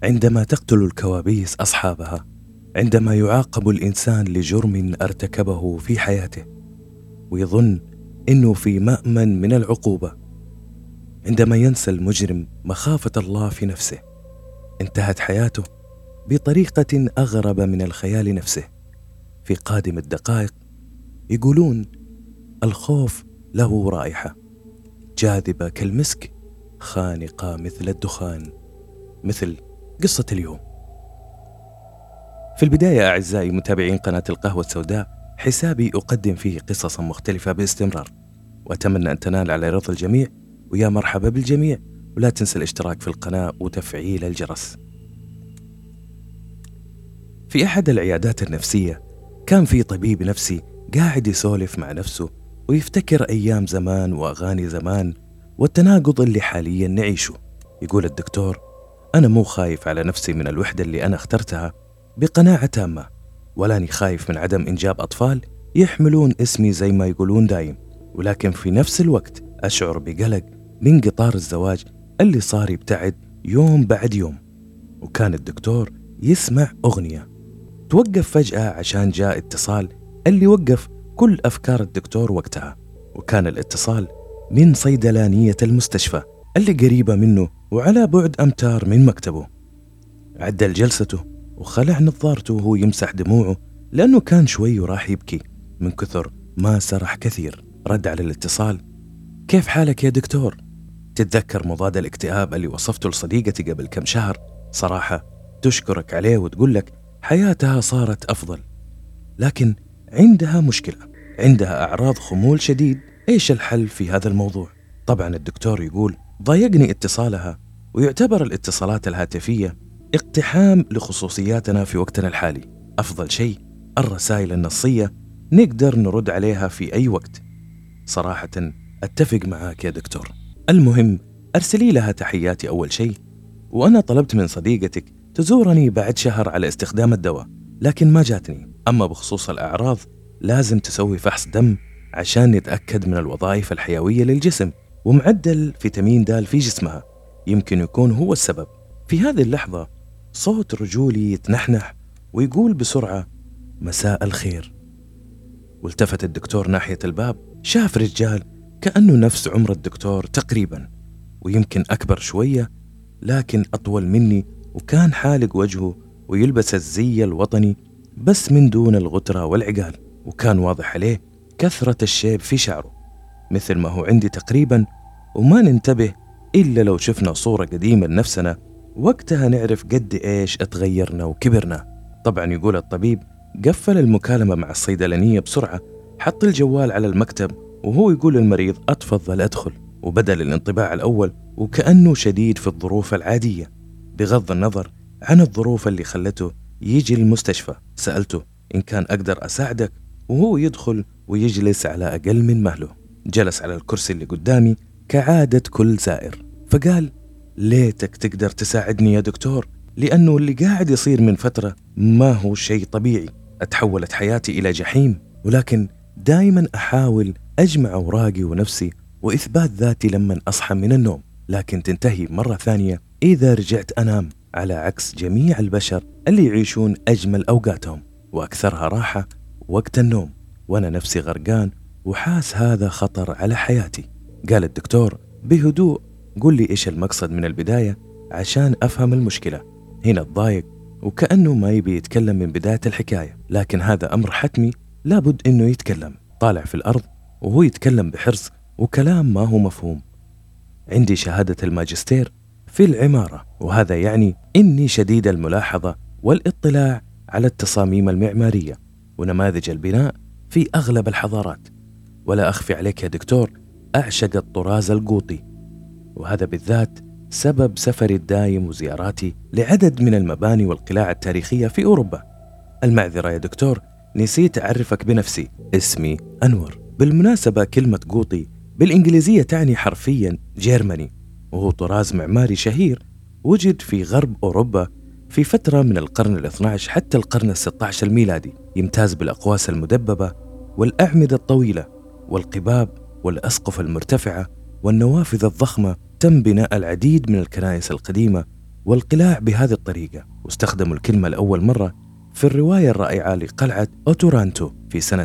عندما تقتل الكوابيس أصحابها، عندما يعاقب الإنسان لجرم ارتكبه في حياته ويظن إنه في مأمن من العقوبة، عندما ينسى المجرم مخافة الله في نفسه، انتهت حياته بطريقة أغرب من الخيال نفسه. في قادم الدقائق يقولون الخوف له رائحة جاذبة كالمسك، خانقة مثل الدخان، مثل قصة اليوم. في البداية أعزائي متابعين قناة القهوة السوداء، حسابي أقدم فيه قصصا مختلفة باستمرار، وأتمنى أن تنال على رضا الجميع، ويا مرحبا بالجميع، ولا تنسى الاشتراك في القناة وتفعيل الجرس. في أحد العيادات النفسية كان في طبيب نفسي قاعد يسولف مع نفسه ويفتكر أيام زمان وأغاني زمان والتناقض اللي حاليا نعيشه. يقول الدكتور: أنا مو خايف على نفسي من الوحدة اللي أنا اخترتها بقناعة تامة، ولاني خايف من عدم إنجاب أطفال يحملون اسمي زي ما يقولون دايم، ولكن في نفس الوقت أشعر بقلق من قطار الزواج اللي صار يبتعد يوم بعد يوم. وكان الدكتور يسمع أغنية، توقف فجأة عشان جاء اتصال اللي وقف كل أفكار الدكتور وقتها، وكان الاتصال من صيدلانية المستشفى اللي قريبة منه وعلى بعد أمتار من مكتبه. عدل جلسته وخلع نظارته وهو يمسح دموعه لأنه كان شوي وراح يبكي من كثر ما سرح كثير. رد على الاتصال: كيف حالك يا دكتور؟ تتذكر مضاد الاكتئاب اللي وصفته لصديقتي قبل كم شهر؟ صراحة تشكرك عليه وتقول لك حياتها صارت أفضل، لكن عندها مشكلة، عندها أعراض خمول شديد. إيش الحل في هذا الموضوع؟ طبعا الدكتور يقول: ضايقني اتصالها، ويعتبر الاتصالات الهاتفية اقتحام لخصوصياتنا في وقتنا الحالي. أفضل شيء الرسائل النصية، نقدر نرد عليها في أي وقت. صراحة أتفق معاك يا دكتور. المهم أرسلي لها تحياتي أول شيء، وأنا طلبت من صديقتك تزورني بعد شهر على استخدام الدواء، لكن ما جاتني. أما بخصوص الأعراض لازم تسوي فحص دم عشان نتأكد من الوظائف الحيوية للجسم ومعدل فيتامين د في جسمها، يمكن يكون هو السبب. في هذه اللحظة صوت رجولي يتنحنح ويقول بسرعة: مساء الخير. والتفت الدكتور ناحية الباب، شاف رجال كأنه نفس عمر الدكتور تقريبا، ويمكن أكبر شوية لكن أطول مني، وكان حالق وجهه ويلبس الزي الوطني بس من دون الغترة والعقال، وكان واضح عليه كثرة الشيب في شعره مثل ما هو عندي تقريبا. وما ننتبه إلا لو شفنا صورة قديمة لنفسنا، وقتها نعرف قد إيش اتغيرنا وكبرنا. طبعا يقول الطبيب قفل المكالمة مع الصيدلانية بسرعة، حط الجوال على المكتب وهو يقول للمريض: أتفضل أدخل، وبدل الانطباع الأول وكأنه شديد في الظروف العادية بغض النظر عن الظروف اللي خلته يجي المستشفى. سألته إن كان أقدر أساعدك، وهو يدخل ويجلس على أقل من مهله. جلس على الكرسي اللي قدامي كعادة كل زائر، فقال: ليتك تقدر تساعدني يا دكتور، لأنه اللي قاعد يصير من فترة ما هو شيء طبيعي. أتحولت حياتي إلى جحيم، ولكن دائما أحاول أجمع أوراقي ونفسي وإثبات ذاتي لما أصحى من النوم، لكن تنتهي مرة ثانية إذا رجعت أنام، على عكس جميع البشر اللي يعيشون أجمل أوقاتهم وأكثرها راحة وقت النوم، وأنا نفسي غرقان وحاس هذا خطر على حياتي. قال الدكتور بهدوء: قل لي إيش المقصد من البداية عشان أفهم المشكلة. هنا الضايق وكأنه ما يبي يتكلم من بداية الحكاية، لكن هذا أمر حتمي لابد إنه يتكلم. طالع في الأرض وهو يتكلم بحرص وكلام ما هو مفهوم: عندي شهادة الماجستير في العمارة، وهذا يعني إني شديد الملاحظة والاطلاع على التصاميم المعمارية ونماذج البناء في أغلب الحضارات. ولا أخفي عليك يا دكتور، أعشق الطراز القوطي، وهذا بالذات سبب سفري الدائم وزياراتي لعدد من المباني والقلاع التاريخية في أوروبا. المعذرة يا دكتور، نسيت أعرفك بنفسي، اسمي أنور. بالمناسبة كلمة قوطي بالإنجليزية تعني حرفيا جيرماني، وهو طراز معماري شهير وجد في غرب أوروبا في فترة من القرن ال12 حتى القرن ال16 الميلادي. يمتاز بالأقواس المدببة والأعمدة الطويلة والقباب والأسقف المرتفعة والنوافذ الضخمة. تم بناء العديد من الكنائس القديمة والقلاع بهذه الطريقة، واستخدموا الكلمة لأول مرة في الرواية الرائعة لقلعة أوتورانتو في سنة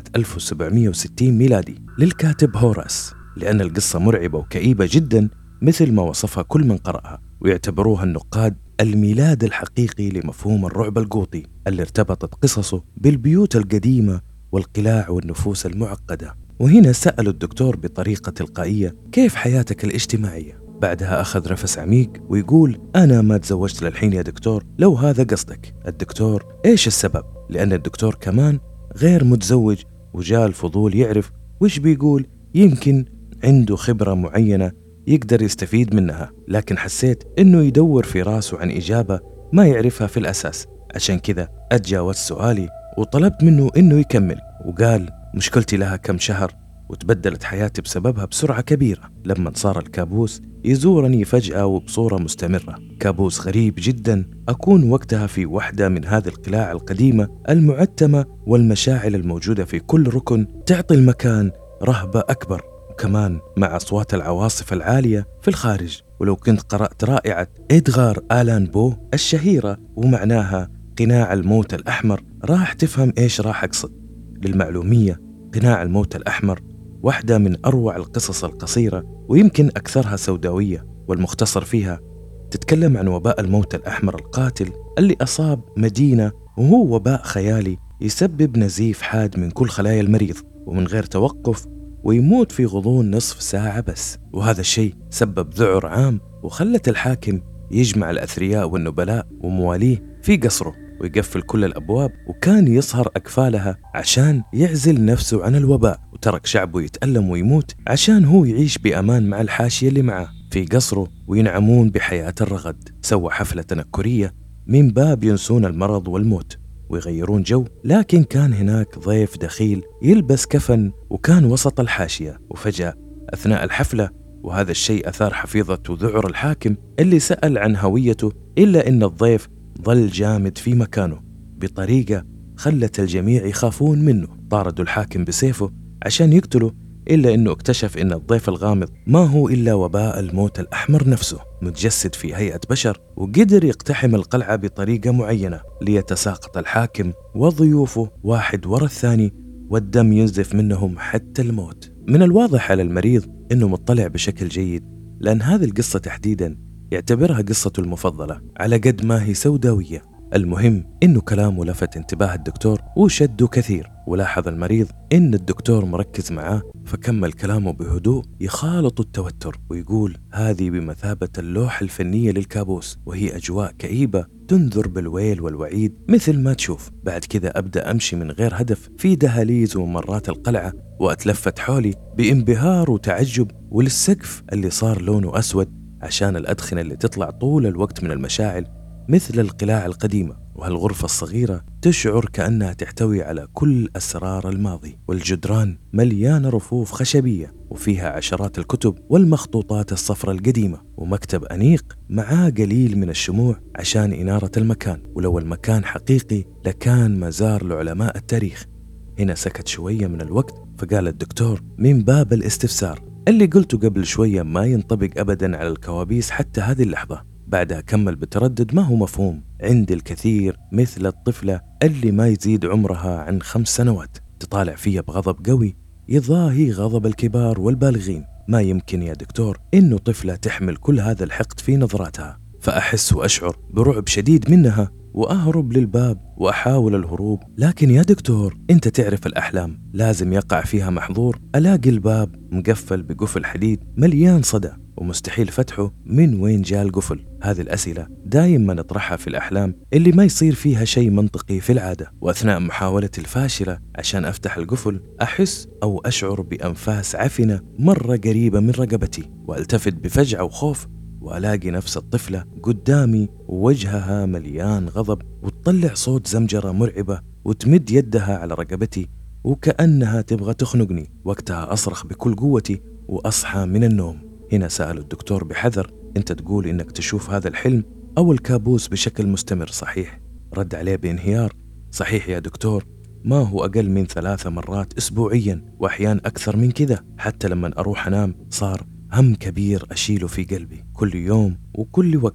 1760 ميلادي للكاتب هوراس، لأن القصة مرعبة وكئيبة جدا مثل ما وصفها كل من قرأها، ويعتبروها النقاد الميلاد الحقيقي لمفهوم الرعب القوطي اللي ارتبطت قصصه بالبيوت القديمة والقلاع والنفوس المعقدة. وهنا سألوا الدكتور بطريقة تلقائية: كيف حياتك الاجتماعية؟ بعدها أخذ نفس عميق ويقول: أنا ما تزوجت للحين يا دكتور، لو هذا قصدك. الدكتور: إيش السبب؟ لأن الدكتور كمان غير متزوج، وجاء الفضول يعرف وش بيقول، يمكن عنده خبرة معينة يقدر يستفيد منها، لكن حسيت إنه يدور في راسه عن إجابة ما يعرفها في الأساس، عشان كذا أتجاوز سؤالي وطلبت منه إنه يكمل. وقال: مشكلتي لها كم شهر، وتبدلت حياتي بسببها بسرعة كبيرة لما صار الكابوس يزورني فجأة وبصورة مستمرة. كابوس غريب جدا، أكون وقتها في واحدة من هذه القلاع القديمة المعتمة، والمشاعل الموجودة في كل ركن تعطي المكان رهبة أكبر، وكمان مع أصوات العواصف العالية في الخارج. ولو كنت قرأت رائعة إدغار آلان بو الشهيرة ومعناها قناع الموت الأحمر راح تفهم إيش راح أقصد. للمعلومية، قناع الموت الأحمر واحدة من أروع القصص القصيرة ويمكن أكثرها سوداوية، والمختصر فيها تتكلم عن وباء الموت الأحمر القاتل اللي أصاب مدينة، وهو وباء خيالي يسبب نزيف حاد من كل خلايا المريض ومن غير توقف، ويموت في غضون نصف ساعة بس. وهذا الشيء سبب ذعر عام، وخلت الحاكم يجمع الأثرياء والنبلاء ومواليه في قصره ويقفل كل الأبواب، وكان يصهر أكفالها عشان يعزل نفسه عن الوباء، وترك شعبه يتألم ويموت عشان هو يعيش بأمان مع الحاشية اللي معه في قصره وينعمون بحياة الرغد. سوى حفلة تنكرية من باب ينسون المرض والموت ويغيرون جو، لكن كان هناك ضيف دخيل يلبس كفن وكان وسط الحاشية، وفجأة أثناء الحفلة، وهذا الشيء أثار حفيظة وذعر الحاكم اللي سأل عن هويته، إلا إن الضيف ظل جامد في مكانه بطريقة خلت الجميع يخافون منه. طاردوا الحاكم بسيفه عشان يقتله، إلا إنه اكتشف إن الضيف الغامض ما هو إلا وباء الموت الأحمر نفسه متجسد في هيئة بشر، وقدر يقتحم القلعة بطريقة معينة ليتساقط الحاكم وضيوفه واحد ورا الثاني، والدم ينزف منهم حتى الموت. من الواضح على المريض إنه مطلع بشكل جيد، لأن هذه القصة تحديداً يعتبرها قصته المفضلة على قد ما هي سوداوية. المهم إنه كلامه لفت انتباه الدكتور وشده كثير، ولاحظ المريض إن الدكتور مركز معاه، فكمل كلامه بهدوء يخالط التوتر ويقول: هذه بمثابة اللوحة الفنية للكابوس، وهي أجواء كئيبة تنذر بالويل والوعيد مثل ما تشوف. بعد كذا أبدأ أمشي من غير هدف في دهاليز وممرات القلعة، وأتلفت حولي بانبهار وتعجب، وللسقف اللي صار لونه أسود عشان الأدخنة اللي تطلع طول الوقت من المشاعل مثل القلاع القديمة. وهالغرفة الصغيرة تشعر كأنها تحتوي على كل أسرار الماضي، والجدران مليانة رفوف خشبية وفيها عشرات الكتب والمخطوطات الصفراء القديمة، ومكتب أنيق معاه قليل من الشموع عشان إنارة المكان. ولو المكان حقيقي لكان مزار لعلماء التاريخ. هنا سكت شوية من الوقت، فقال الدكتور من باب الاستفسار: اللي قلته قبل شوية ما ينطبق أبدا على الكوابيس حتى هذه اللحظة. بعدها كمل بتردد ما هو مفهوم: عند الكثير مثل الطفلة اللي ما يزيد عمرها عن 5 سنوات تطالع فيها بغضب قوي يضاهي غضب الكبار والبالغين. ما يمكن يا دكتور إنه طفلة تحمل كل هذا الحقد في نظراتها، فأحس وأشعر برعب شديد منها وأهرب للباب وأحاول الهروب. لكن يا دكتور أنت تعرف الأحلام لازم يقع فيها محظور. ألاقي الباب مقفل بقفل حديد مليان صدى ومستحيل فتحه. من وين جاء القفل؟ هذه الأسئلة دايما نطرحها في الأحلام اللي ما يصير فيها شيء منطقي في العادة. وأثناء محاولتي الفاشلة عشان أفتح القفل أحس أو أشعر بأنفاس عفنة مرة قريبة من رقبتي، وألتفت بفجعة وخوف وألاقي نفس الطفلة قدامي ووجهها مليان غضب، وتطلع صوت زمجرة مرعبة وتمد يدها على رقبتي وكأنها تبغى تخنقني. وقتها أصرخ بكل قوتي وأصحى من النوم. هنا سأل الدكتور بحذر: أنت تقول إنك تشوف هذا الحلم أو الكابوس بشكل مستمر صحيح؟ رد عليه بانهيار: صحيح يا دكتور، ما هو أقل من 3 مرات أسبوعيا، وأحيان أكثر من كذا. حتى لما أروح أنام صار هم كبير أشيله في قلبي كل يوم وكل وقت.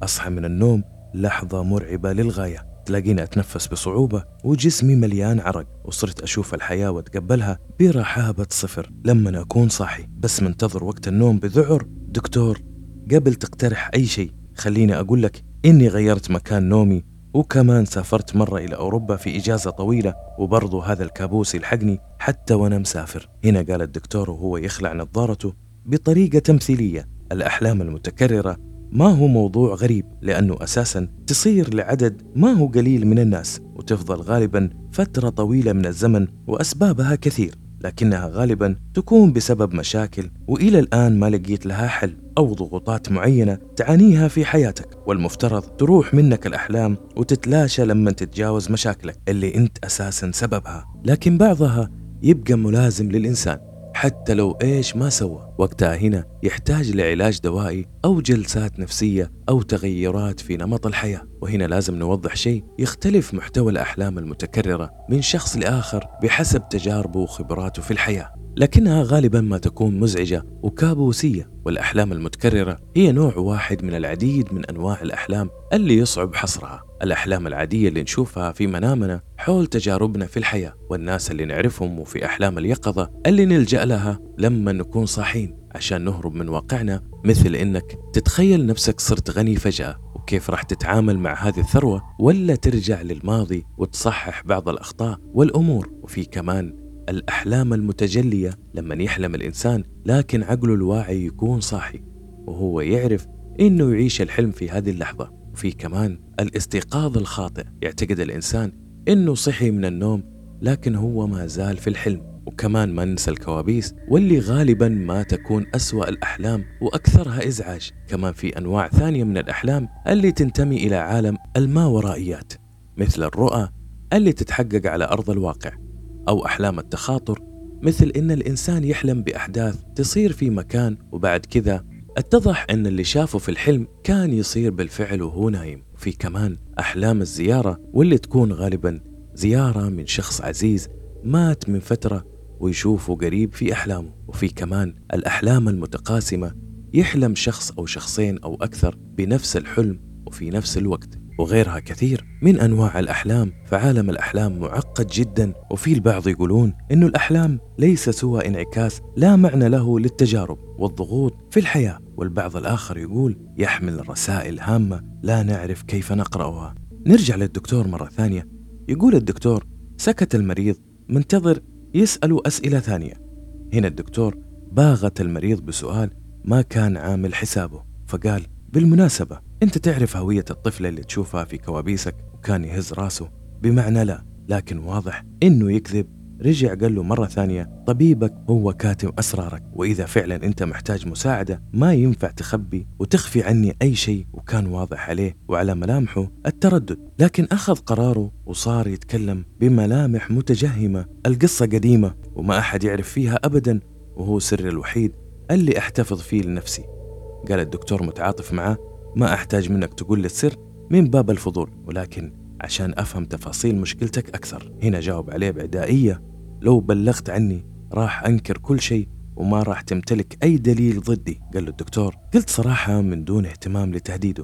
أصحى من النوم لحظة مرعبة للغاية، تلاقيني أتنفس بصعوبة وجسمي مليان عرق، وصرت أشوف الحياة وأتقبلها برحابة صفر لما أكون صاحي بس منتظر وقت النوم بذعر. دكتور، قبل تقترح أي شيء خليني أقول لك إني غيرت مكان نومي، وكمان سافرت مرة إلى أوروبا في إجازة طويلة، وبرضو هذا الكابوس يلحقني حتى وأنا مسافر. هنا قال الدكتور وهو يخلع نظارته بطريقة تمثيلية: الأحلام المتكررة ما هو موضوع غريب، لأنه أساساً تصير لعدد ما هو قليل من الناس، وتفضل غالباً فترة طويلة من الزمن، وأسبابها كثير، لكنها غالباً تكون بسبب مشاكل وإلى الآن ما لقيت لها حل، أو ضغوطات معينة تعانيها في حياتك، والمفترض تروح منك الأحلام وتتلاشى لما تتجاوز مشاكلك اللي أنت أساساً سببها. لكن بعضها يبقى ملازم للإنسان حتى لو إيش ما سوى. وقتها هنا يحتاج لعلاج دوائي أو جلسات نفسية أو تغيرات في نمط الحياة. وهنا لازم نوضح شيء: يختلف محتوى الأحلام المتكررة من شخص لآخر بحسب تجاربه وخبراته في الحياة، لكنها غالبا ما تكون مزعجة وكابوسية. والأحلام المتكررة هي نوع واحد من العديد من أنواع الأحلام اللي يصعب حصرها. الأحلام العادية اللي نشوفها في منامنا حول تجاربنا في الحياة والناس اللي نعرفهم، وفي أحلام اليقظة اللي نلجأ لها لما نكون صاحين عشان نهرب من واقعنا، مثل إنك تتخيل نفسك صرت غني فجأة وكيف راح تتعامل مع هذه الثروة، ولا ترجع للماضي وتصحح بعض الأخطاء والأمور. وفي كمان الأحلام المتجلية لما يحلم الإنسان لكن عقله الواعي يكون صاحي وهو يعرف إنه يعيش الحلم في هذه اللحظة. وفي كمان الاستيقاظ الخاطئ، يعتقد الإنسان إنه صحي من النوم لكن هو ما زال في الحلم. وكمان ما ننسى الكوابيس، واللي غالبا ما تكون أسوأ الأحلام وأكثرها إزعاج. كمان في أنواع ثانية من الأحلام اللي تنتمي إلى عالم الماورائيات، مثل الرؤى اللي تتحقق على أرض الواقع، أو أحلام التخاطر، مثل إن الإنسان يحلم بأحداث تصير في مكان وبعد كذا اتضح أن اللي شافه في الحلم كان يصير بالفعل وهو نايم. في كمان أحلام الزيارة، واللي تكون غالبا زيارة من شخص عزيز مات من فترة ويشوفه قريب في أحلامه. وفي كمان الأحلام المتقاسمة، يحلم شخص أو شخصين أو أكثر بنفس الحلم وفي نفس الوقت، وغيرها كثير من أنواع الأحلام. فعالم الأحلام معقد جدا، وفي البعض يقولون إنه الأحلام ليس سوى انعكاس لا معنى له للتجارب والضغوط في الحياة، والبعض الآخر يقول يحمل رسائل هامة لا نعرف كيف نقرأها. نرجع للدكتور مرة ثانية. يقول الدكتور: سكت المريض منتظر يسأل أسئلة ثانية. هنا الدكتور باغت المريض بسؤال ما كان عامل حسابه، فقال: بالمناسبة أنت تعرف هوية الطفلة اللي تشوفها في كوابيسك؟ وكان يهز راسه بمعنى لا، لكن واضح إنه يكذب. رجع قال له مرة ثانية: طبيبك هو كاتم أسرارك، وإذا فعلا أنت محتاج مساعدة ما ينفع تخبي وتخفي عني أي شيء. وكان واضح عليه وعلى ملامحه التردد، لكن أخذ قراره وصار يتكلم بملامح متجهمة. القصة قديمة وما أحد يعرف فيها أبدا، وهو سر الوحيد اللي أحتفظ فيه لنفسي. قال الدكتور متعاطف معه: ما أحتاج منك تقول لي السر من باب الفضول، ولكن عشان أفهم تفاصيل مشكلتك أكثر. هنا جاوب عليه بعدائية: لو بلغت عني راح أنكر كل شيء وما راح تمتلك أي دليل ضدي. قال له الدكتور: قلت صراحة من دون اهتمام لتهديده،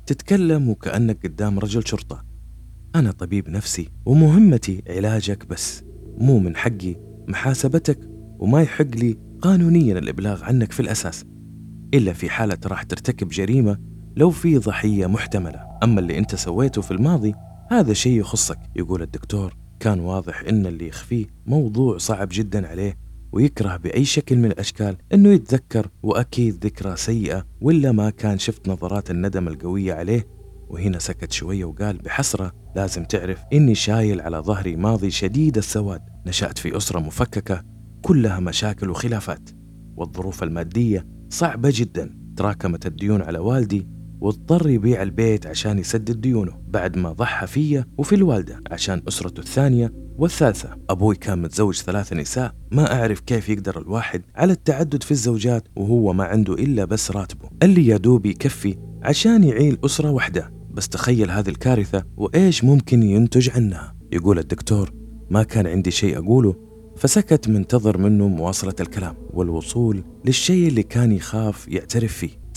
تتكلم وكأنك قدام رجل شرطة. أنا طبيب نفسي ومهمتي علاجك بس، مو من حقي محاسبتك، وما يحق لي قانونيا الإبلاغ عنك في الأساس، إلا في حالة راح ترتكب جريمة لو في ضحية محتملة. أما اللي أنت سويته في الماضي هذا شيء يخصك. يقول الدكتور كان واضح إن اللي يخفيه موضوع صعب جدا عليه، ويكره بأي شكل من الأشكال إنه يتذكر، وأكيد ذكرى سيئة ولا ما كان شفت نظرات الندم القوية عليه. وهنا سكت شوية وقال بحسرة: لازم تعرف إني شايل على ظهري ماضي شديد السواد. نشأت في أسرة مفككة كلها مشاكل وخلافات، والظروف المادية صعبة جدا. تراكمت الديون على والدي واضطر يبيع البيت عشان يسدد ديونه، بعد ما ضحى فيا وفي الوالدة عشان أسرته الثانية والثالثة. أبوي كان متزوج 3 نساء، ما أعرف كيف يقدر الواحد على التعدد في الزوجات وهو ما عنده إلا بس راتبه اللي يدوب يكفي عشان يعيل أسرة واحدة. بس تخيل هذه الكارثة وإيش ممكن ينتج عنها. يقول الدكتور: ما كان عندي شيء أقوله، فسكت منتظر منه مواصلة الكلام والوصول للشيء اللي كان يخاف يعترف فيه.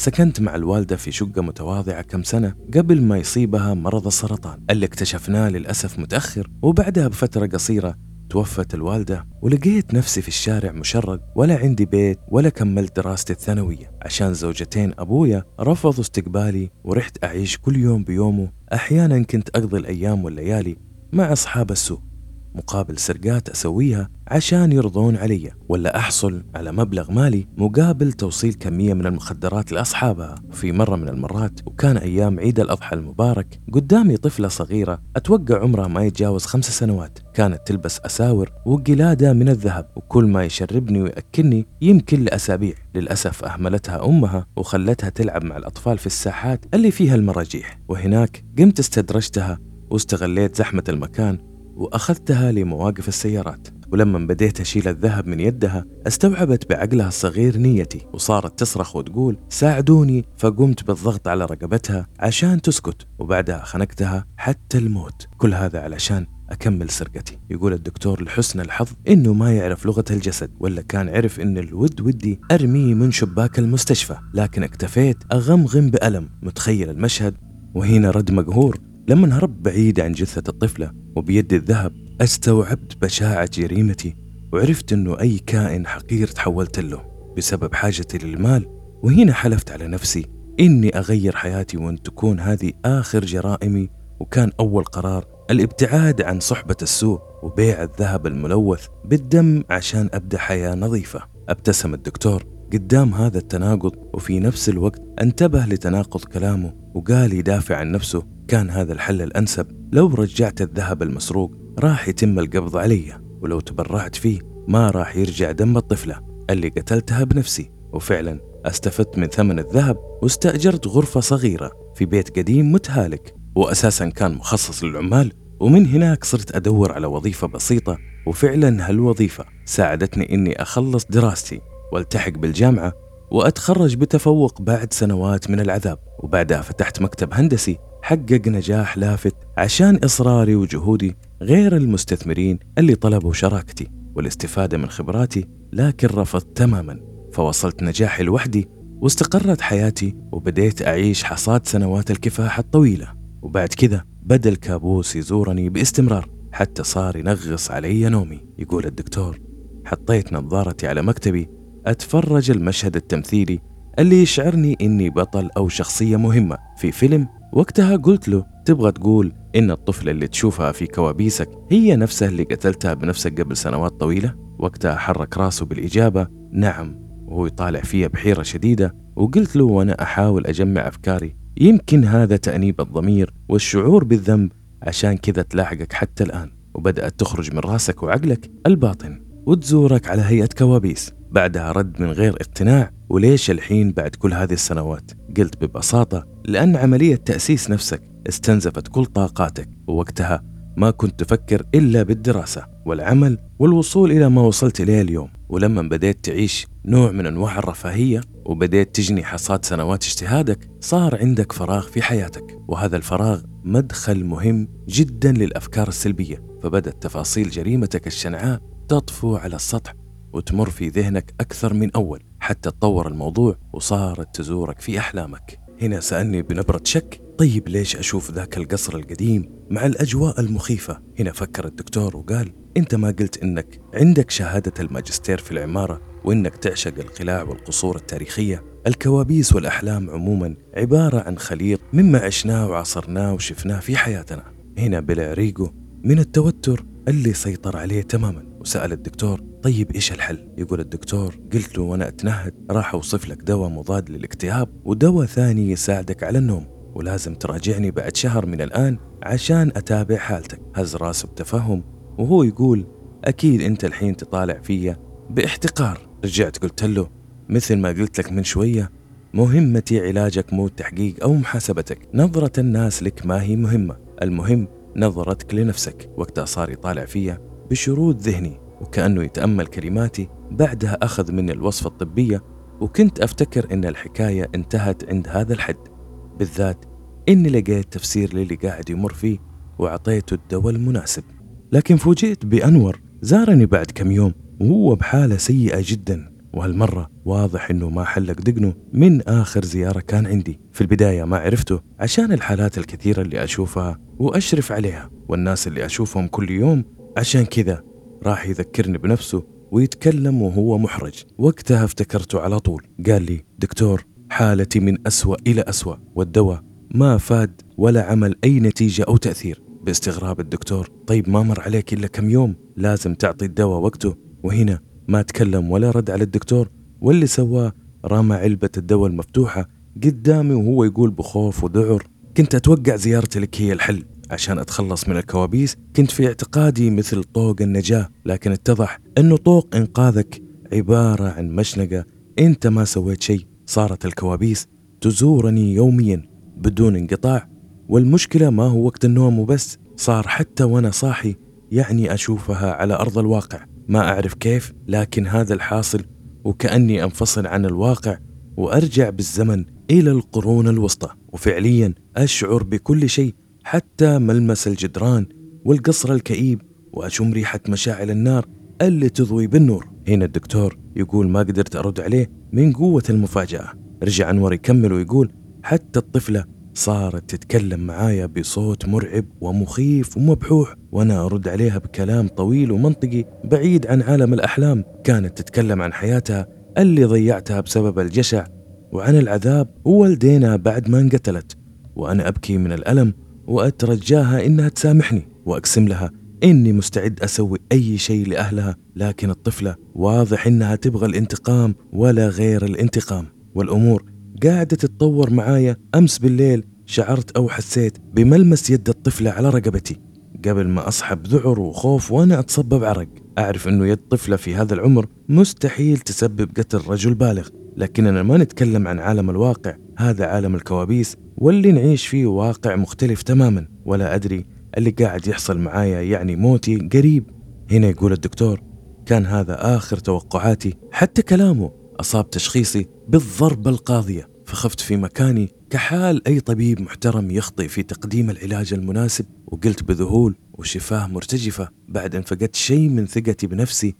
سكنت مع الوالدة في شقة متواضعة كم سنة قبل ما يصيبها مرض السرطان اللي اكتشفناه للأسف متأخر، وبعدها بفترة قصيرة توفت الوالدة، ولقيت نفسي في الشارع مشرد، ولا عندي بيت ولا كملت دراستي الثانوية عشان زوجتين أبويا رفضوا استقبالي، ورحت أعيش كل يوم بيومه. أحيانا كنت أقضي الأيام والليالي مع أصحاب السوق مقابل سرقات أسويها عشان يرضون علي، ولا أحصل على مبلغ مالي مقابل توصيل كمية من المخدرات لأصحابها. في مرة من المرات، وكان أيام عيد الأضحى المبارك، قدامي طفلة صغيرة أتوقع عمرها ما يتجاوز 5 سنوات، كانت تلبس أساور وقلادة من الذهب، وكل ما يشربني ويأكلني يمكن لأسابيع. للأسف أهملتها أمها وخلتها تلعب مع الأطفال في الساحات اللي فيها المراجيح، وهناك قمت استدرجتها واستغليت زحمة المكان وأخذتها لمواقف السيارات. ولما بديت أشيل الذهب من يدها استوعبت بعقلها الصغير نيتي، وصارت تصرخ وتقول ساعدوني، فقمت بالضغط على رقبتها عشان تسكت، وبعدها خنقتها حتى الموت، كل هذا علشان أكمل سرقتي. يقول الدكتور لحسن الحظ إنه ما يعرف لغة الجسد، ولا كان عرف إن الود ودي أرميه من شباك المستشفى، لكن اكتفيت أغمغم بألم متخيل المشهد. وهنا رد مقهور لما هرب بعيد عن جثة الطفلة وبيد الذهب، استوعبت بشاعة جريمتي، وعرفت إنه أي كائن حقير تحولت له بسبب حاجتي للمال. وهنا حلفت على نفسي إني أغير حياتي وأن تكون هذه آخر جرائمي، وكان أول قرار الابتعاد عن صحبة السوء وبيع الذهب الملوث بالدم عشان أبدأ حياة نظيفة. ابتسم الدكتور قدام هذا التناقض، وفي نفس الوقت انتبه لتناقض كلامه وقال يدافع عن نفسه كان هذا الحل الأنسب. لو رجعت الذهب المسروق راح يتم القبض علي، ولو تبرعت فيه ما راح يرجع دم الطفلة اللي قتلتها بنفسي. وفعلا استفدت من ثمن الذهب واستأجرت غرفة صغيرة في بيت قديم متهالك، وأساسا كان مخصص للعمال. ومن هناك صرت أدور على وظيفة بسيطة، وفعلا هالوظيفة ساعدتني إني أخلص دراستي والتحق بالجامعة وأتخرج بتفوق بعد سنوات من العذاب. وبعدها فتحت مكتب هندسي حقق نجاح لافت عشان إصراري وجهودي، غير المستثمرين اللي طلبوا شراكتي والاستفادة من خبراتي، لكن رفضت تماما. فوصلت نجاحي لوحدي واستقرت حياتي، وبديت أعيش حصاد سنوات الكفاح الطويلة. وبعد كذا بدأ الكابوس يزورني باستمرار حتى صار ينغص علي نومي. يقول الدكتور حطيت نظارتي على مكتبي أتفرج المشهد التمثيلي اللي يشعرني إني بطل أو شخصية مهمة في فيلم. وقتها قلت له تبغى تقول إن الطفلة اللي تشوفها في كوابيسك هي نفسها اللي قتلتها بنفسك قبل سنوات طويلة؟ وقتها حرك راسه بالإجابة نعم، وهو يطالع فيها بحيرة شديدة. وقلت له وأنا أحاول أجمع أفكاري يمكن هذا تأنيب الضمير والشعور بالذنب عشان كذا تلاحقك حتى الآن، وبدأت تخرج من راسك وعقلك الباطن وتزورك على هيئة كوابيس. بعدها رد من غير اقتناع وليش الحين بعد كل هذه السنوات؟ قلت ببساطة لأن عملية تأسيس نفسك استنزفت كل طاقاتك، ووقتها ما كنت تفكر إلا بالدراسة والعمل والوصول إلى ما وصلت إليه اليوم. ولما بديت تعيش نوع من أنواع الرفاهية وبديت تجني حصاد سنوات اجتهادك، صار عندك فراغ في حياتك، وهذا الفراغ مدخل مهم جدا للأفكار السلبية. فبدت تفاصيل جريمتك الشنعاء تطفو على السطح وتمر في ذهنك أكثر من أول، حتى تطور الموضوع وصارت تزورك في أحلامك. هنا سألني بنبرة شك طيب ليش أشوف ذاك القصر القديم مع الأجواء المخيفة؟ هنا فكر الدكتور وقال أنت ما قلت إنك عندك شهادة الماجستير في العمارة وإنك تعشق القلاع والقصور التاريخية؟ الكوابيس والأحلام عموما عبارة عن خليط مما عشناه وعصرناه وشفناه في حياتنا. هنا بلع ريقو من التوتر اللي سيطر عليه تماما، وسأل الدكتور طيب إيش الحل؟ يقول الدكتور قلت له وأنا أتنهد راح أوصف لك دواء مضاد للاكتئاب ودواء ثاني يساعدك على النوم، ولازم تراجعني بعد شهر من الآن عشان أتابع حالتك. هز راسه بتفهم وهو يقول أكيد أنت الحين تطالع فيا باحتقار. رجعت قلت له مثل ما قلت لك من شوية مهمتي علاجك مو التحقيق أو محاسبتك، نظرة الناس لك ما هي مهمة، المهم نظرتك لنفسك. وقتها صار يطالع فيا بشرود ذهني وكأنه يتأمل كلماتي. بعدها أخذ مني الوصفة الطبية، وكنت أفتكر إن الحكاية انتهت عند هذا الحد، بالذات إني لقيت تفسير للي قاعد يمر فيه وعطيته الدواء المناسب. لكن فوجئت بأنور زارني بعد كم يوم وهو بحالة سيئة جدا، وهالمرة واضح إنه ما حلق دقنه من آخر زيارة كان عندي. في البداية ما عرفته عشان الحالات الكثيرة اللي أشوفها وأشرف عليها والناس اللي أشوفهم كل يوم، عشان كذا راح يذكرني بنفسه ويتكلم وهو محرج. وقتها افتكرته على طول. قال لي: دكتور، حالتي من أسوأ إلى أسوأ، والدواء ما فاد ولا عمل أي نتيجة أو تأثير. باستغراب الدكتور: طيب ما مر عليك إلا كم يوم، لازم تعطي الدواء وقته. وهنا ما تكلم ولا رد على الدكتور، واللي سواه رمى علبة الدواء المفتوحة قدامي وهو يقول بخوف وذعر: كنت أتوقع زيارتي لك هي الحل عشان أتخلص من الكوابيس. كنت في اعتقادي مثل طوق النجاة، لكن اتضح أنه طوق إنقاذك عبارة عن مشنقة. أنت ما سويت شيء، صارت الكوابيس تزورني يوميا بدون انقطاع. والمشكلة ما هو وقت النوم وبس، صار حتى وأنا صاحي، يعني أشوفها على أرض الواقع. ما أعرف كيف، لكن هذا الحاصل، وكأني أنفصل عن الواقع وأرجع بالزمن إلى القرون الوسطى، وفعليا أشعر بكل شيء، حتى ملمس الجدران والقصر الكئيب، وأشم ريحة مشاعل النار اللي تضوي بالنور. هنا الدكتور يقول ما قدرت أرد عليه من قوة المفاجأة. رجع أنور يكمل ويقول: حتى الطفلة صارت تتكلم معايا بصوت مرعب ومخيف ومبحوح، وأنا أرد عليها بكلام طويل ومنطقي بعيد عن عالم الأحلام. كانت تتكلم عن حياتها اللي ضيعتها بسبب الجشع، وعن العذاب ووالدينا بعد ما انقتلت، وأنا أبكي من الألم وأترجاها إنها تسامحني، وأقسم لها إني مستعد أسوي أي شيء لأهلها. لكن الطفلة واضح إنها تبغى الانتقام ولا غير الانتقام، والأمور قاعدة تتطور معايا. أمس بالليل شعرت أو حسيت بملمس يد الطفلة على رقبتي قبل ما أصحى بذعر وخوف وأنا أتصبب عرق. أعرف أنه يد طفلة في هذا العمر مستحيل تسبب قتل رجل بالغ، لكننا ما نتكلم عن عالم الواقع، هذا عالم الكوابيس واللي نعيش فيه واقع مختلف تماما. ولا أدري اللي قاعد يحصل معايا يعني موتي قريب. هنا يقول الدكتور: كان هذا آخر توقعاتي. حتى كلامه أصاب تشخيصي بالضربة القاضية، فخفت في مكاني كحال أي طبيب محترم يخطئ في تقديم العلاج المناسب، وقلت بذهول وشفاه مرتجفة بعد أن فقدت شيء من ثقتي بنفسي: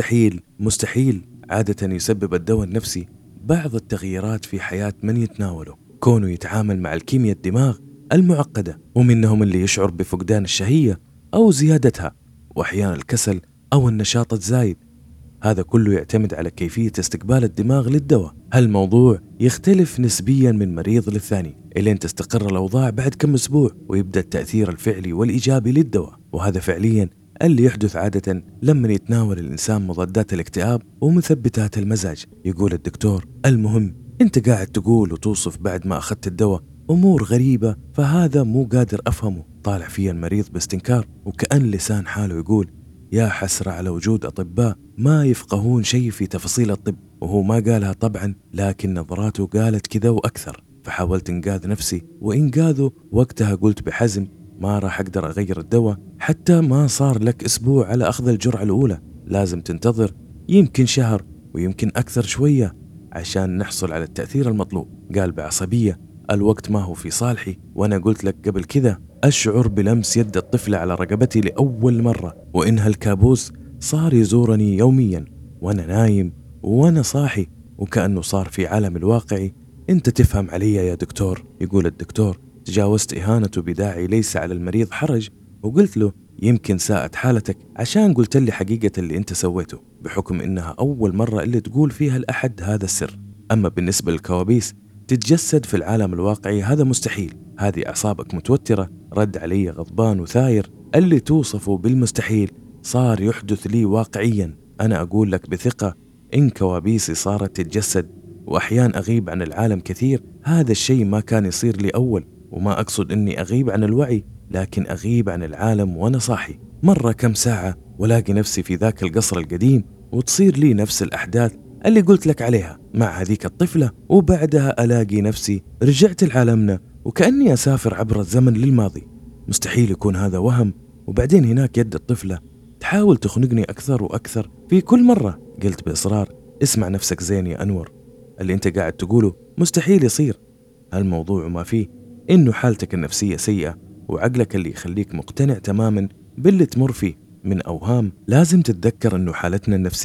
مستحيل عادة يسبب الدواء النفسي بعض التغييرات في حياة من يتناوله، كونه يتعامل مع الكيمياء الدماغ المعقدة، ومنهم اللي يشعر بفقدان الشهية أو زيادتها، وأحيانا الكسل أو النشاط الزايد. هذا كله يعتمد على كيفية استقبال الدماغ للدواء. هالموضوع يختلف نسبيا من مريض للثاني إلين تستقر الأوضاع بعد كم أسبوع ويبدأ التأثير الفعلي والإيجابي للدواء، وهذا فعليا اللي يحدث عادة لما يتناول الإنسان مضادات الاكتئاب ومثبتات المزاج. يقول الدكتور: المهم أنت قاعد تقول وتوصف بعد ما أخذت الدواء أمور غريبة، فهذا مو قادر أفهمه. طالع فيا المريض باستنكار، وكأن لسان حاله يقول: يا حسرة على وجود أطباء ما يفقهون شيء في تفاصيل الطب. وهو ما قالها طبعا، لكن نظراته قالت كذا وأكثر. فحاولت إنقاذ نفسي وإنقاذه. وقتها قلت بحزم: ما راح أقدر أغير الدواء حتى ما صار لك أسبوع على أخذ الجرعة الأولى، لازم تنتظر يمكن شهر ويمكن أكثر شوية عشان نحصل على التأثير المطلوب. قال بعصبية: الوقت ما هو في صالحي، وأنا قلت لك قبل كذا أشعر بلمس يد الطفلة على رقبتي لأول مرة، وإنها الكابوس صار يزورني يوميا وأنا نايم وأنا صاحي، وكأنه صار في عالم الواقعي. أنت تفهم علي يا دكتور. يقول الدكتور: تجاوزت إهانته بداعي ليس على المريض حرج، وقلت له: يمكن ساءت حالتك عشان قلت لي حقيقة اللي أنت سويته، بحكم إنها أول مرة اللي تقول فيها لأحد هذا السر. أما بالنسبة للكوابيس تتجسد في العالم الواقعي هذا مستحيل، هذه أعصابك متوترة. رد علي غضبان وثاير: اللي توصفه بالمستحيل صار يحدث لي واقعيا. أنا أقول لك بثقة إن كوابيسي صارت تتجسد، وأحيان أغيب عن العالم كثير. هذا الشيء ما كان يصير لي أول، وما أقصد أني أغيب عن الوعي، لكن أغيب عن العالم وأنا صاحي. مرة كم ساعة ولاقي نفسي في ذاك القصر القديم، وتصير لي نفس الأحداث اللي قلت لك عليها مع هذيك الطفلة، وبعدها ألاقي نفسي رجعت لعالمنا وكأني أسافر عبر الزمن للماضي. مستحيل يكون هذا وهم. وبعدين هناك يد الطفلة تحاول تخنقني أكثر وأكثر في كل مرة. قلت بإصرار: اسمع نفسك زين يا أنور، اللي أنت قاعد تقوله مستحيل يصير. هالموضوع ما فيه إنه حالتك النفسية سيئة، وعقلك اللي يخليك مقتنع تماما باللي تمر فيه من أوهام. لازم تتذكر إنه حالتنا النفسية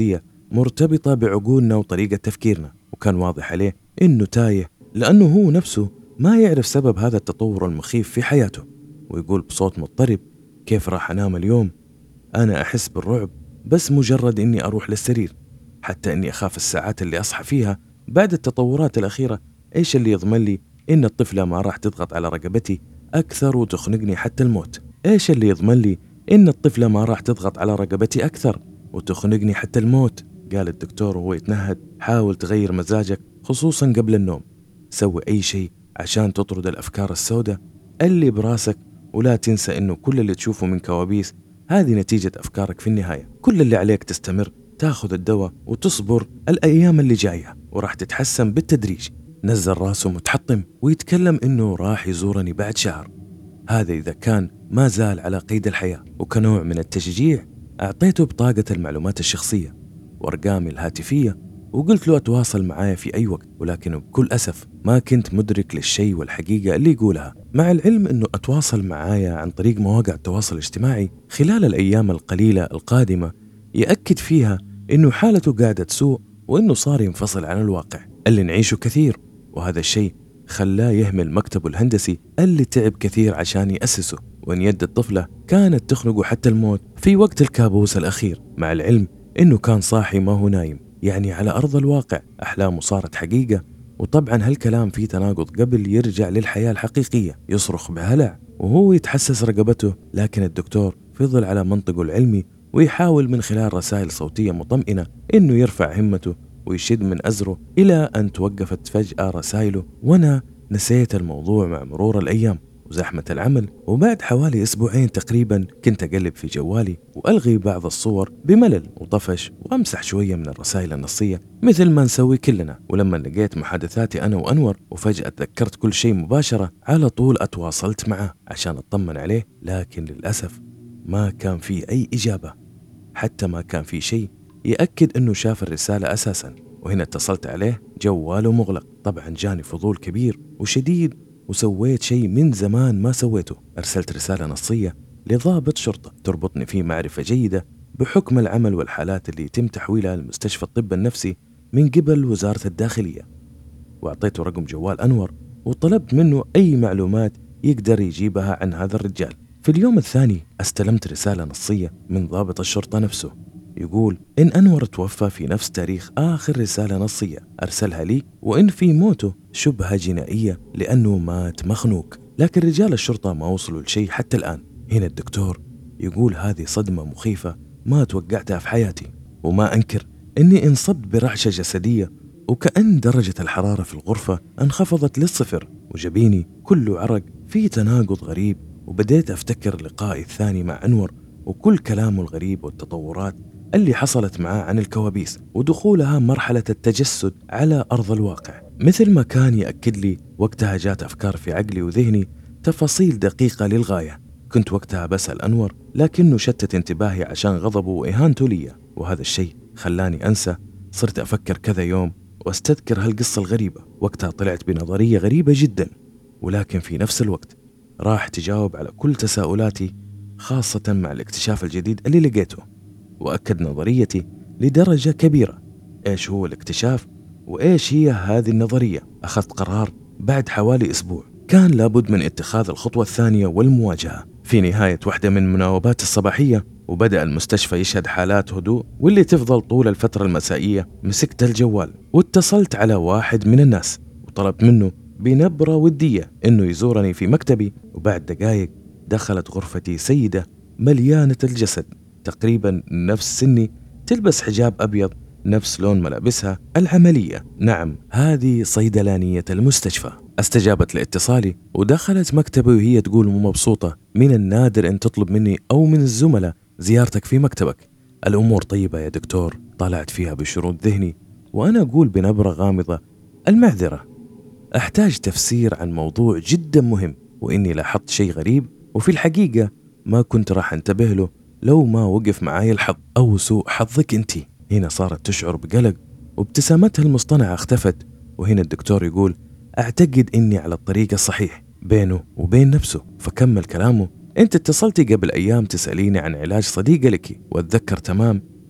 مرتبطة بعقولنا وطريقة تفكيرنا، وكان واضح عليه إنه تايه لأنه هو نفسه ما يعرف سبب هذا التطور المخيف في حياته. ويقول بصوت مضطرب: كيف راح أنام اليوم؟ أنا أحس بالرعب بس مجرد إني أروح للسرير، حتى إني أخاف الساعات اللي أصحى فيها بعد التطورات الأخيرة. إيش اللي يضمن لي إن الطفلة ما راح تضغط على رقبتي أكثر وتخنقني حتى الموت؟ إيش اللي يضمن لي إن الطفلة ما راح تضغط على رقبتي أكثر وتخنقني حتى الموت؟ قال الدكتور وهو يتنهد: حاول تغير مزاجك خصوصا قبل النوم. سوي أي شيء عشان تطرد الأفكار السوداء اللي براسك، ولا تنسى إنه كل اللي تشوفه من كوابيس هذه نتيجة أفكارك في النهاية. كل اللي عليك تستمر، تاخذ الدواء وتصبر الأيام اللي جاية وراح تتحسن بالتدريج. نزل راسه متحطم ويتكلم إنه راح يزورني بعد شهر، هذا إذا كان ما زال على قيد الحياة. وكنوع من التشجيع أعطيته بطاقة المعلومات الشخصية وأرقامي الهاتفية، وقلت له أتواصل معايا في أي وقت، ولكن بكل أسف ما كنت مدرك للشيء والحقيقة اللي يقولها، مع العلم أنه أتواصل معايا عن طريق مواقع التواصل الاجتماعي خلال الأيام القليلة القادمة يأكد فيها أنه حالته قاعدة تسوء وأنه صار ينفصل عن الواقع اللي نعيشه كثير. وهذا الشيء خلاه يهمل مكتبه الهندسي اللي تعب كثير عشان يأسسه، وأن يد الطفلة كانت تخنقه حتى الموت في وقت الكابوس الأخير، مع العلم أنه كان صاحي ما هو نايم، يعني على أرض الواقع أحلامه صارت حقيقة. وطبعا هالكلام فيه تناقض، قبل يرجع للحياة الحقيقية يصرخ بهلع وهو يتحسس رقبته، لكن الدكتور فضل على منطقه العلمي ويحاول من خلال رسائل صوتية مطمئنة إنه يرفع همته ويشد من أزره، إلى أن توقفت فجأة رسائله. وأنا نسيت الموضوع مع مرور الأيام وزحمة العمل، وبعد حوالي أسبوعين تقريبا كنت أقلب في جوالي وألغي بعض الصور بملل وطفش وأمسح شوية من الرسائل النصية مثل ما نسوي كلنا. ولما لقيت محادثاتي أنا وأنور وفجأة تذكرت كل شيء مباشرة، على طول أتواصلت معه عشان أطمن عليه، لكن للأسف ما كان في أي إجابة، حتى ما كان في شيء يأكد أنه شاف الرسالة أساسا. وهنا اتصلت عليه، جواله مغلق. طبعا جاني فضول كبير وشديد وسويت شيء من زمان ما سويته، أرسلت رسالة نصية لضابط شرطة تربطني فيه معرفة جيدة بحكم العمل والحالات اللي يتم تحويلها لمستشفى الطب النفسي من قبل وزارة الداخلية، وأعطيته رقم جوال أنور وطلبت منه أي معلومات يقدر يجيبها عن هذا الرجال. في اليوم الثاني استلمت رسالة نصية من ضابط الشرطة نفسه يقول إن أنور توفى في نفس تاريخ آخر رسالة نصية أرسلها لي، وإن في موته شبهة جنائية لأنه مات مخنوق، لكن رجال الشرطة ما وصلوا لشيء حتى الآن. هنا الدكتور يقول هذه صدمة مخيفة ما توقعتها في حياتي، وما أنكر أني انصبت برعشة جسدية، وكأن درجة الحرارة في الغرفة انخفضت للصفر وجبيني كله عرق في تناقض غريب. وبديت أفتكر لقائي الثاني مع أنور وكل كلامه الغريب والتطورات اللي حصلت معاه عن الكوابيس ودخولها مرحلة التجسد على أرض الواقع. مثل ما كان يأكد لي وقتها جات أفكار في عقلي وذهني تفاصيل دقيقة للغاية. كنت وقتها بسأل أنور لكنه شتت انتباهي عشان غضبه وإهانته لي، وهذا الشيء خلاني أنسى. صرت أفكر كذا يوم واستذكر هالقصة الغريبة. وقتها طلعت بنظرية غريبة جدا، ولكن في نفس الوقت راح تجاوب على كل تساؤلاتي، خاصة مع الاكتشاف الجديد اللي لقيته، وأكد نظريتي لدرجة كبيرة. إيش هو الاكتشاف وإيش هي هذه النظرية؟ أخذت قرار بعد حوالي أسبوع كان لابد من اتخاذ الخطوة الثانية والمواجهة. في نهاية واحدة من مناوبات الصباحية وبدأ المستشفى يشهد حالات هدوء واللي تفضل طول الفترة المسائية، مسكت الجوال واتصلت على واحد من الناس وطلبت منه بنبرة ودية إنه يزورني في مكتبي. وبعد دقائق دخلت غرفتي سيدة مليانة الجسد تقريبا نفس سني، تلبس حجاب أبيض نفس لون ملابسها العملية. نعم، هذه صيدلانية المستشفى. استجابت لاتصالي ودخلت مكتبي وهي تقول مو مبسوطة، من النادر أن تطلب مني أو من الزملاء زيارتك في مكتبك. الأمور طيبة يا دكتور، طلعت فيها بشروط ذهني وأنا أقول بنبرة غامضة المعذرة، أحتاج تفسير عن موضوع جدا مهم، وإني لاحظت شيء غريب وفي الحقيقة ما كنت راح انتبه له لو ما وقف معاي الحظ أو سوء حظك أنتي. هنا صارت تشعر بقلق وابتسامتها المصطنعة اختفت. وهنا الدكتور يقول أعتقد إني على الطريق الصحيح بينه وبين نفسه. فكمل كلامه، أنت اتصلتي قبل أيام تسأليني عن علاج صديقة لك، وأتذكر تمام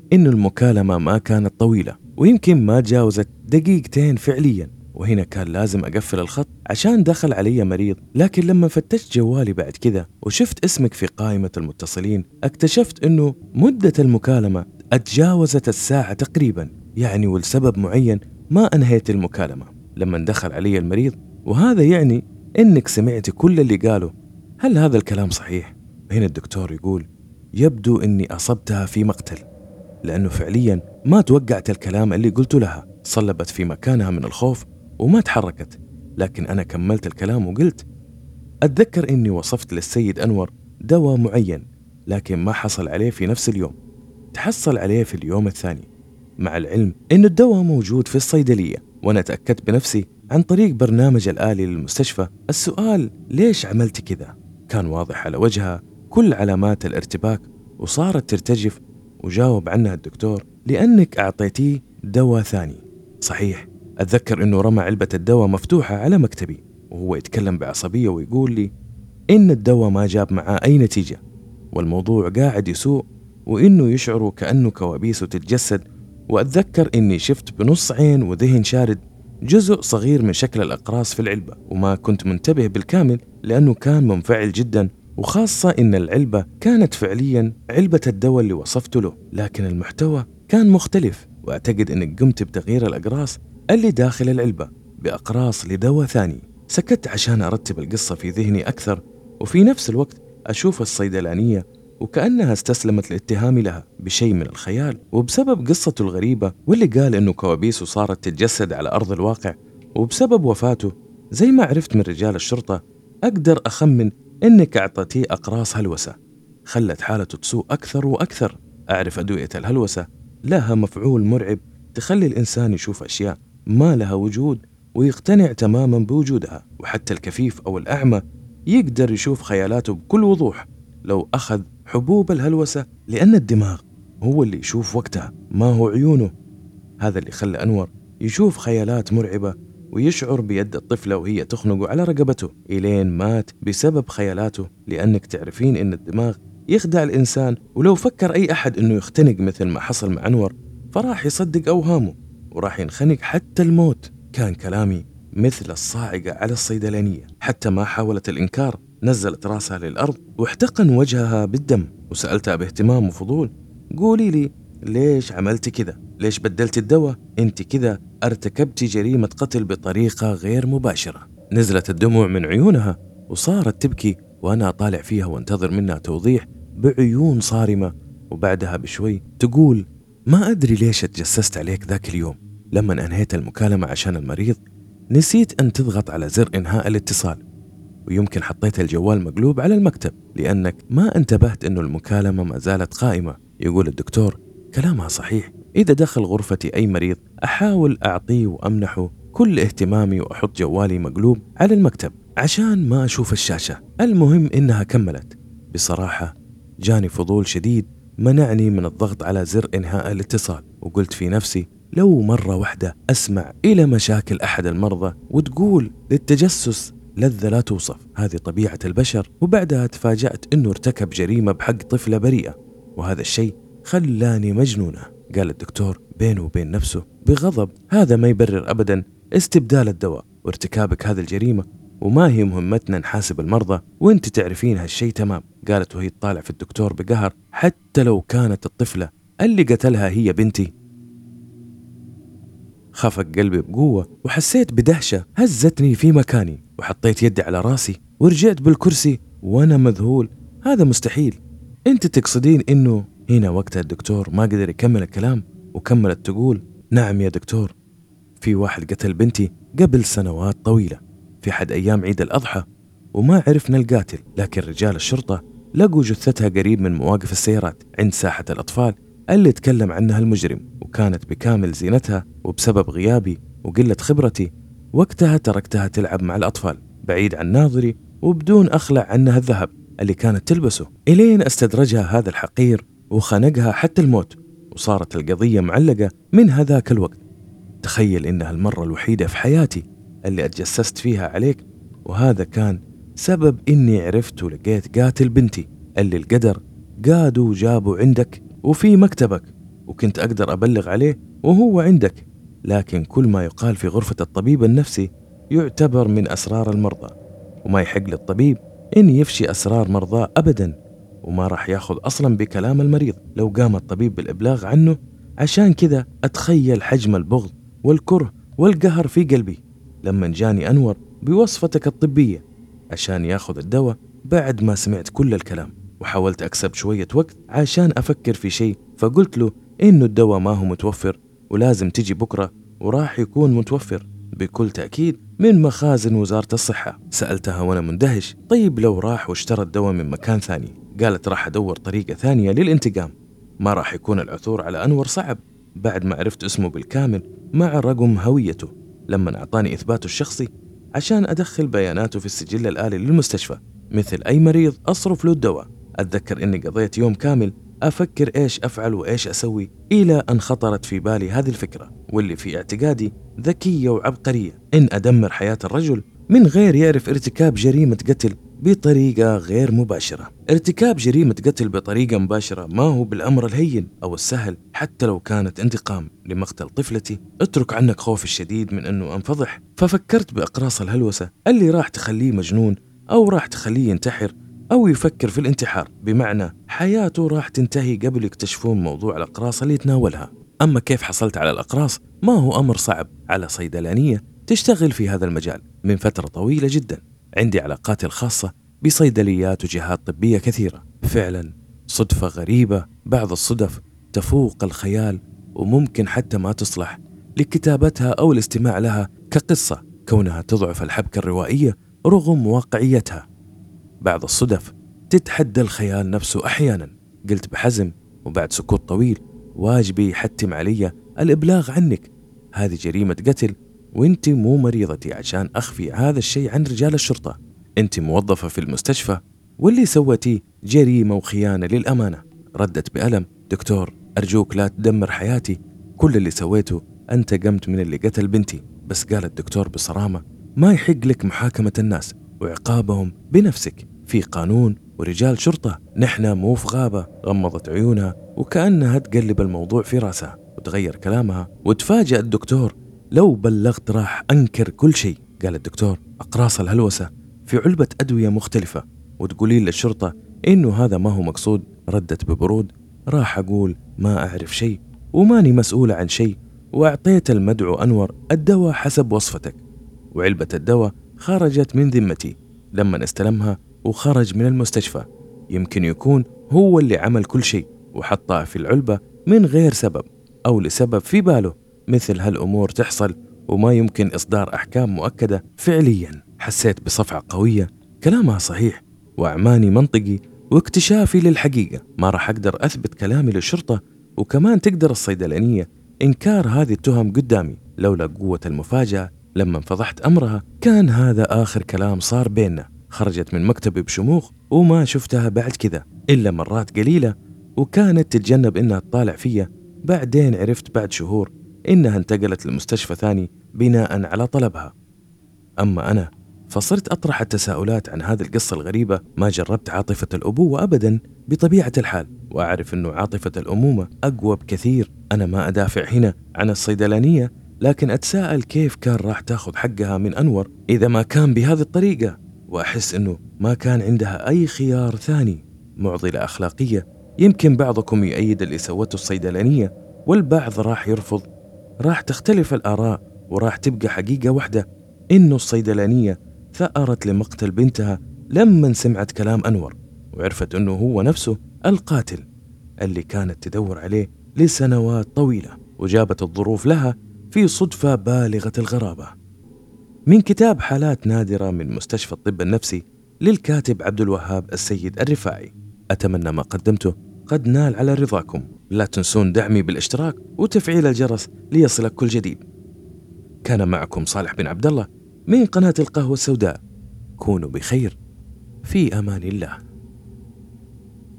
إنه المكالمة ما كانت طويلة ويمكن ما تجاوزت دقيقتين فعليا، وهنا كان لازم أقفل الخط عشان دخل علي مريض. لكن لما فتشت جوالي بعد كذا وشفت اسمك في قائمة المتصلين اكتشفت إنه مدة المكالمة اتجاوزت الساعة تقريبا، يعني ولسبب معين ما أنهيت المكالمة لما دخل علي المريض، وهذا يعني إنك سمعت كل اللي قاله. هل هذا الكلام صحيح؟ هنا الدكتور يقول يبدو إني أصبتها في مقتل، لأنه فعليا ما توقعت الكلام اللي قلت لها، صلبت في مكانها من الخوف وما تحركت. لكن أنا كملت الكلام وقلت أتذكر إني وصفت للسيد أنور دواء معين، لكن ما حصل عليه في نفس اليوم، تحصل عليه في اليوم الثاني، مع العلم إن الدواء موجود في الصيدلية، وأنا تأكدت بنفسي عن طريق برنامج الآلي للمستشفى. السؤال ليش عملت كذا كان واضح على وجهها كل علامات الارتباك، وصارت ترتجف، وجاوب عنها الدكتور لأنك أعطيتيه دواء ثاني. صحيح، أتذكر إنه رمى علبة الدواء مفتوحة على مكتبي وهو يتكلم بعصبية ويقول لي إن الدواء ما جاب معاه أي نتيجة، والموضوع قاعد يسوء، وإنه يشعر كأنه كوابيسه تتجسد. وأتذكر إني شفت بنص عين وذهن شارد جزء صغير من شكل الأقراص في العلبة، وما كنت منتبه بالكامل لأنه كان منفعل جدا، وخاصة إن العلبة كانت فعليا علبة الدواء اللي وصفت له، لكن المحتوى كان مختلف. وأعتقد إنك قمت بتغيير الأقراص اللي داخل العلبة بأقراص لدواء ثاني. سكت عشان أرتب القصة في ذهني أكثر، وفي نفس الوقت أشوف الصيدلانية وكأنها استسلمت لاتهامي لها بشيء من الخيال، وبسبب قصته الغريبة واللي قال إنه كوابيسه صارت تتجسد على أرض الواقع، وبسبب وفاته زي ما عرفت من رجال الشرطة أقدر أخمن إنك أعطتيه أقراص هلوسة خلت حالته تسوء أكثر وأكثر. أعرف أدوية الهلوسة لها مفعول مرعب تخلي الإنسان يشوف أشياء ما لها وجود ويقتنع تماما بوجودها، وحتى الكفيف أو الأعمى يقدر يشوف خيالاته بكل وضوح لو أخذ حبوب الهلوسة، لأن الدماغ هو اللي يشوف وقتها ما هو عيونه. هذا اللي خلى أنور يشوف خيالات مرعبة ويشعر بيد الطفلة وهي تخنق على رقبته إلين مات بسبب خيالاته. لأنك تعرفين إن الدماغ يخدع الإنسان، ولو فكر أي أحد إنه يختنق مثل ما حصل مع أنور فراح يصدق أوهامه وراح ينخنق حتى الموت. كان كلامي مثل الصاعقة على الصيدلانية، حتى ما حاولت الإنكار، نزلت راسها للأرض واحتقن وجهها بالدم، وسألتها باهتمام وفضول قولي لي ليش عملتي كذا؟ ليش بدلتي الدواء؟ انت كذا ارتكبتي جريمة قتل بطريقة غير مباشرة. نزلت الدموع من عيونها وصارت تبكي، وأنا طالع فيها وانتظر منها توضيح بعيون صارمة. وبعدها بشوي تقول ما أدري ليش اتجسست عليك ذاك اليوم لما أنهيت المكالمة عشان المريض، نسيت أن تضغط على زر إنهاء الاتصال، ويمكن حطيت الجوال مقلوب على المكتب لأنك ما انتبهت أنه المكالمة ما زالت قائمة. يقول الدكتور كلامها صحيح، إذا دخل غرفتي أي مريض أحاول أعطيه وأمنحه كل اهتمامي وأحط جوالي مقلوب على المكتب عشان ما أشوف الشاشة. المهم إنها كملت بصراحة جاني فضول شديد منعني من الضغط على زر إنهاء الاتصال، وقلت في نفسي لو مرة واحدة أسمع إلى مشاكل أحد المرضى وتقول للتجسس لذة لا توصف، هذه طبيعة البشر. وبعدها تفاجأت أنه ارتكب جريمة بحق طفلة بريئة، وهذا الشيء خلاني مجنونة. قال الدكتور بينه وبين نفسه بغضب هذا ما يبرر أبدا استبدال الدواء وارتكابك هذه الجريمة، وما هي مهمتنا نحاسب المرضى وانت تعرفين هالشيء تمام. قالت وهي تطالع في الدكتور بقهر حتى لو كانت الطفلة اللي قتلها هي بنتي. خفق قلبي بقوة وحسيت بدهشة هزتني في مكاني، وحطيت يدي على راسي ورجعت بالكرسي وأنا مذهول. هذا مستحيل، أنت تقصدين إنه هنا وقتها الدكتور ما قدر يكمل الكلام، وكملت تقول نعم يا دكتور، في واحد قتل بنتي قبل سنوات طويلة في حد أيام عيد الأضحى، وما عرفنا القاتل، لكن رجال الشرطة لقوا جثتها قريب من مواقف السيارات عند ساحة الأطفال اللي تكلم عنها المجرم، وكانت بكامل زينتها. وبسبب غيابي وقلة خبرتي وقتها تركتها تلعب مع الأطفال بعيد عن ناظري وبدون أخلع عنها الذهب اللي كانت تلبسه، إلين استدرجها هذا الحقير وخنقها حتى الموت، وصارت القضية معلقة من هذاك الوقت. تخيل إنها المرة الوحيدة في حياتي اللي أتجسست فيها عليك، وهذا كان سبب إني عرفت ولقيت قاتل بنتي اللي القدر قادوا وجابوا عندك وفي مكتبك. وكنت أقدر أبلغ عليه وهو عندك، لكن كل ما يقال في غرفة الطبيب النفسي يعتبر من أسرار المرضى، وما يحق للطبيب إن يفشي أسرار مرضاه أبدا، وما راح ياخذ أصلا بكلام المريض لو قام الطبيب بالإبلاغ عنه. عشان كذا أتخيل حجم البغض والكره والقهر في قلبي لما جاني أنور بوصفتك الطبية عشان ياخذ الدواء بعد ما سمعت كل الكلام. وحاولت أكسب شوية وقت عشان أفكر في شيء، فقلت له إنه الدواء ما هو متوفر ولازم تجي بكرة، وراح يكون متوفر بكل تأكيد من مخازن وزارة الصحة. سألتها وأنا مندهش، طيب لو راح واشترى الدواء من مكان ثاني؟ قالت راح أدور طريقة ثانية للانتقام، ما راح يكون العثور على أنور صعب بعد ما عرفت اسمه بالكامل مع رقم هويته لما أعطاني إثباته الشخصي عشان أدخل بياناته في السجل الآلي للمستشفى. مثل أي مريض أصرف له الدواء. أتذكر أني قضيت يوم كامل أفكر إيش أفعل وإيش أسوي، إلى أن خطرت في بالي هذه الفكرة، واللي في اعتقادي ذكية وعبقرية، إن أدمر حياة الرجل من غير يعرف ارتكاب جريمة قتل بطريقة غير مباشرة. ارتكاب جريمة قتل بطريقة مباشرة ما هو بالأمر الهين أو السهل، حتى لو كانت انتقام لمقتل طفلتي. اترك عنك خوف الشديد من أنه أنفضح. ففكرت بأقراص الهلوسة اللي راح تخليه مجنون أو راح تخليه ينتحر أو يفكر في الانتحار، بمعنى حياته راح تنتهي قبل يكتشفون موضوع الأقراص اللي يتناولها. أما كيف حصلت على الأقراص ما هو أمر صعب، على صيدلانية تشتغل في هذا المجال من فترة طويلة جدا. عندي علاقاتي الخاصة بصيدليات وجهات طبية كثيرة. فعلا صدفة غريبة، بعض الصدف تفوق الخيال وممكن حتى ما تصلح لكتابتها أو الاستماع لها كقصة، كونها تضعف الحبكة الروائية رغم واقعيتها. بعض الصدف تتحدى الخيال نفسه أحيانا. قلت بحزم وبعد سكوت طويل، واجبي يحتم علي الإبلاغ عنك. هذه جريمة قتل وانت مو مريضتي عشان أخفي هذا الشيء عن رجال الشرطة. انت موظفة في المستشفى واللي سوتيه جريمة وخيانة للأمانة. ردت بألم، دكتور أرجوك لا تدمر حياتي، كل اللي سويته أنت قمت من اللي قتل بنتي. بس قال الدكتور بصرامة، ما يحق لك محاكمة الناس وعقابهم بنفسك، في قانون ورجال شرطة، نحن مو في غابة. غمضت عيونها وكأنها تقلب الموضوع في راسها، وتغير كلامها وتفاجأ الدكتور، لو بلغت راح أنكر كل شيء. قال الدكتور أقراص الهلوسة في علبة أدوية مختلفة وتقولين للشرطة إنه هذا ما هو مقصود. ردت ببرود، راح أقول ما أعرف شيء وماني مسؤولة عن شيء، وأعطيت المدعو أنور الدواء حسب وصفتك، وعلبة الدواء خرجت من ذمتي لما استلمها وخرج من المستشفى. يمكن يكون هو اللي عمل كل شيء وحطها في العلبة من غير سبب أو لسبب في باله. مثل هالأمور تحصل وما يمكن إصدار أحكام مؤكدة. فعليا حسيت بصفعة قوية، كلامها صحيح وأعماني منطقي واكتشافي للحقيقة. ما راح أقدر أثبت كلامي للشرطة، وكمان تقدر الصيدلانية إنكار هذه التهم قدامي. لولا قوة المفاجأة لما انفضحت أمرها كان هذا آخر كلام صار بيننا. خرجت من مكتبي بشموخ وما شفتها بعد كذا إلا مرات قليلة، وكانت تتجنب إنها تطالع فيا. بعدين عرفت بعد شهور إنها انتقلت لمستشفى ثاني بناء على طلبها. أما أنا فصرت أطرح التساؤلات عن هذه القصة الغريبة. ما جربت عاطفة الأبوة أبدا بطبيعة الحال، وأعرف أنه عاطفة الأمومة أقوى بكثير. أنا ما أدافع هنا عن الصيدلانية، لكن أتساءل كيف كان راح تاخذ حقها من أنور إذا ما كان بهذه الطريقة، وأحس أنه ما كان عندها أي خيار ثاني. معضلة أخلاقية. يمكن بعضكم يؤيد اللي سوته الصيدلانية والبعض راح يرفض. راح تختلف الآراء وراح تبقى حقيقة واحدة، إنه الصيدلانية ثأرت لمقتل بنتها لما سمعت كلام أنور وعرفت أنه هو نفسه القاتل اللي كانت تدور عليه لسنوات طويلة، وجابت الظروف لها في صدفة بالغة الغرابة. من كتاب حالات نادرة من مستشفى الطب النفسي للكاتب عبد الوهاب السيد الرفاعي. أتمنى ما قدمته قد نال على رضاكم. لا تنسون دعمي بالاشتراك وتفعيل الجرس ليصلك كل جديد. كان معكم صالح بن عبد الله من قناة القهوة السوداء. كونوا بخير، في أمان الله.